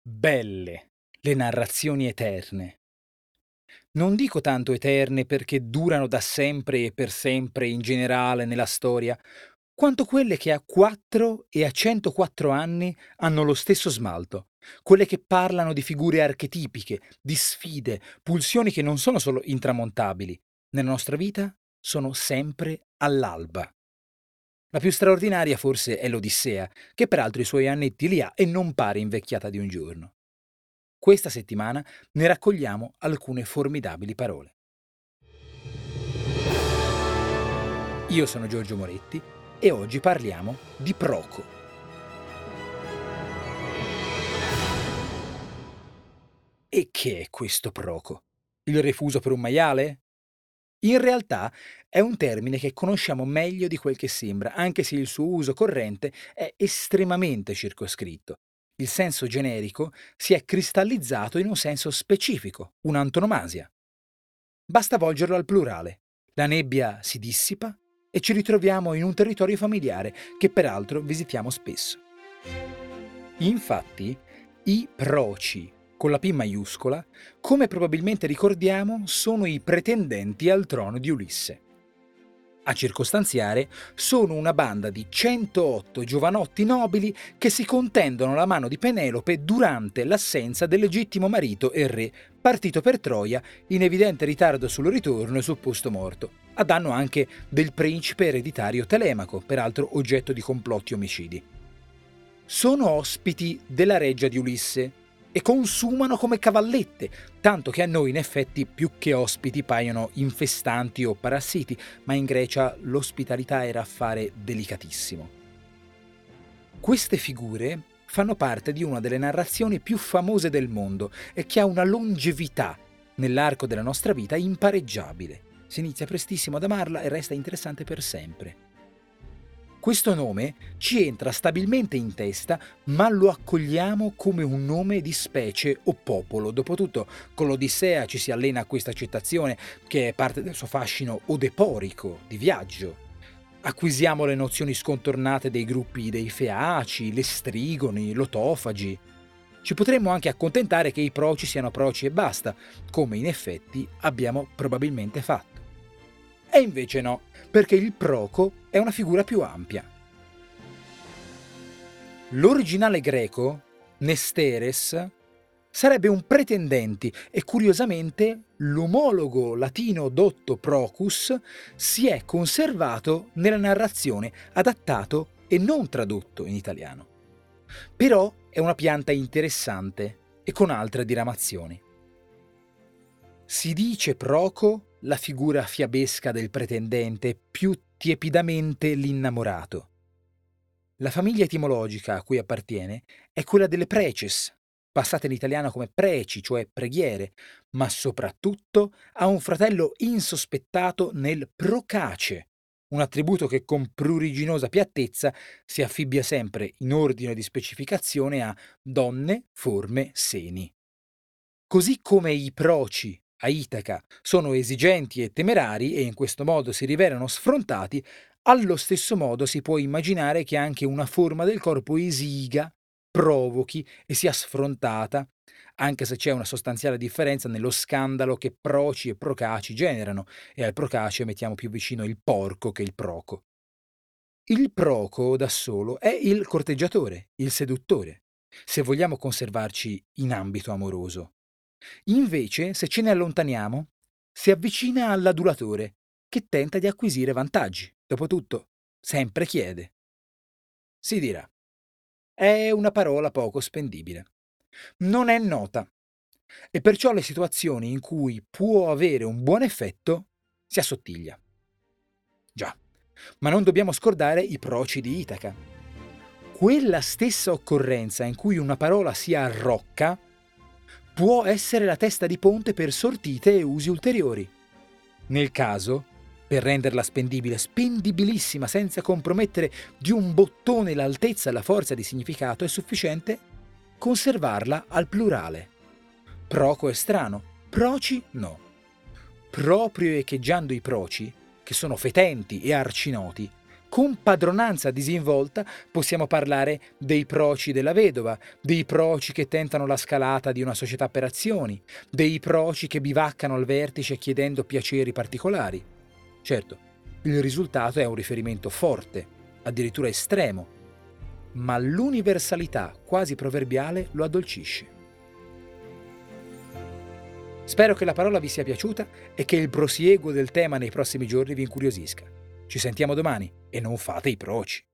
Belle le narrazioni eterne. Non dico tanto eterne perché durano da sempre e per sempre in generale nella storia, quanto quelle che a 4 e a 104 anni hanno lo stesso smalto, quelle che parlano di figure archetipiche, di sfide, pulsioni che non sono solo intramontabili, nella nostra vita sono sempre all'alba. La più straordinaria forse è l'Odissea, che peraltro i suoi annetti li ha e non pare invecchiata di un giorno. Questa settimana ne raccogliamo alcune formidabili parole. Io sono Giorgio Moretti e oggi parliamo di Proco. E che è questo Proco? Il refuso per un maiale? In realtà è un termine che conosciamo meglio di quel che sembra, anche se il suo uso corrente è estremamente circoscritto. Il senso generico si è cristallizzato in un senso specifico, un'antonomasia. Basta volgerlo al plurale. La nebbia si dissipa e ci ritroviamo in un territorio familiare che peraltro visitiamo spesso. Infatti, i proci, con la P maiuscola, come probabilmente ricordiamo, sono i pretendenti al trono di Ulisse. A circostanziare, sono una banda di 108 giovanotti nobili che si contendono la mano di Penelope durante l'assenza del legittimo marito e re, partito per Troia in evidente ritardo sul ritorno e sul posto morto, a danno anche del principe ereditario Telemaco, peraltro oggetto di complotti e omicidi. Sono ospiti della reggia di Ulisse e consumano come cavallette, tanto che a noi in effetti più che ospiti paiono infestanti o parassiti, ma in Grecia l'ospitalità era affare delicatissimo. Queste figure fanno parte di una delle narrazioni più famose del mondo e che ha una longevità nell'arco della nostra vita impareggiabile. Si inizia prestissimo ad amarla e resta interessante per sempre. Questo nome ci entra stabilmente in testa, ma lo accogliamo come un nome di specie o popolo. Dopotutto, con l'Odissea ci si allena a questa accettazione, che è parte del suo fascino odeporico, di viaggio. Acquisiamo le nozioni scontornate dei gruppi dei Feaci, Lestrigoni, Lotofagi. Ci potremmo anche accontentare che i proci siano proci e basta, come in effetti abbiamo probabilmente fatto. E invece no, perché il proco è una figura più ampia. L'originale greco, nesteres, sarebbe un pretendenti e curiosamente l'omologo latino dotto procus si è conservato nella narrazione, adattato e non tradotto in italiano. Però è una pianta interessante e con altre diramazioni. Si dice proco la figura fiabesca del pretendente, più tiepidamente l'innamorato. La famiglia etimologica a cui appartiene è quella delle preces, passate in italiano come preci, cioè preghiere, ma soprattutto ha un fratello insospettato nel procace, un attributo che con pruriginosa piattezza si affibbia sempre in ordine di specificazione a donne, forme, seni. Così come i proci a Itaca sono esigenti e temerari e in questo modo si rivelano sfrontati, allo stesso modo si può immaginare che anche una forma del corpo esiga, provochi e sia sfrontata, anche se c'è una sostanziale differenza nello scandalo che proci e procaci generano, e al procace mettiamo più vicino il porco che il proco. Il proco da solo è il corteggiatore, il seduttore, se vogliamo conservarci in ambito amoroso. Invece, se ce ne allontaniamo, si avvicina all'adulatore, che tenta di acquisire vantaggi. Dopotutto, sempre chiede. Si dirà, è una parola poco spendibile. Non è nota, e perciò le situazioni in cui può avere un buon effetto si assottiglia. Già, ma non dobbiamo scordare i proci di Itaca. Quella stessa occorrenza in cui una parola si arrocca può essere la testa di ponte per sortite e usi ulteriori. Nel caso, per renderla spendibile, spendibilissima senza compromettere di un bottone l'altezza e la forza di significato, è sufficiente conservarla al plurale. Proco è strano, proci no. Proprio echeggiando i proci, che sono fetenti e arcinoti, con padronanza disinvolta possiamo parlare dei proci della vedova, dei proci che tentano la scalata di una società per azioni, dei proci che bivaccano al vertice chiedendo piaceri particolari. Certo, il risultato è un riferimento forte, addirittura estremo, ma l'universalità quasi proverbiale lo addolcisce. Spero che la parola vi sia piaciuta e che il prosieguo del tema nei prossimi giorni vi incuriosisca. Ci sentiamo domani e non fate i proci.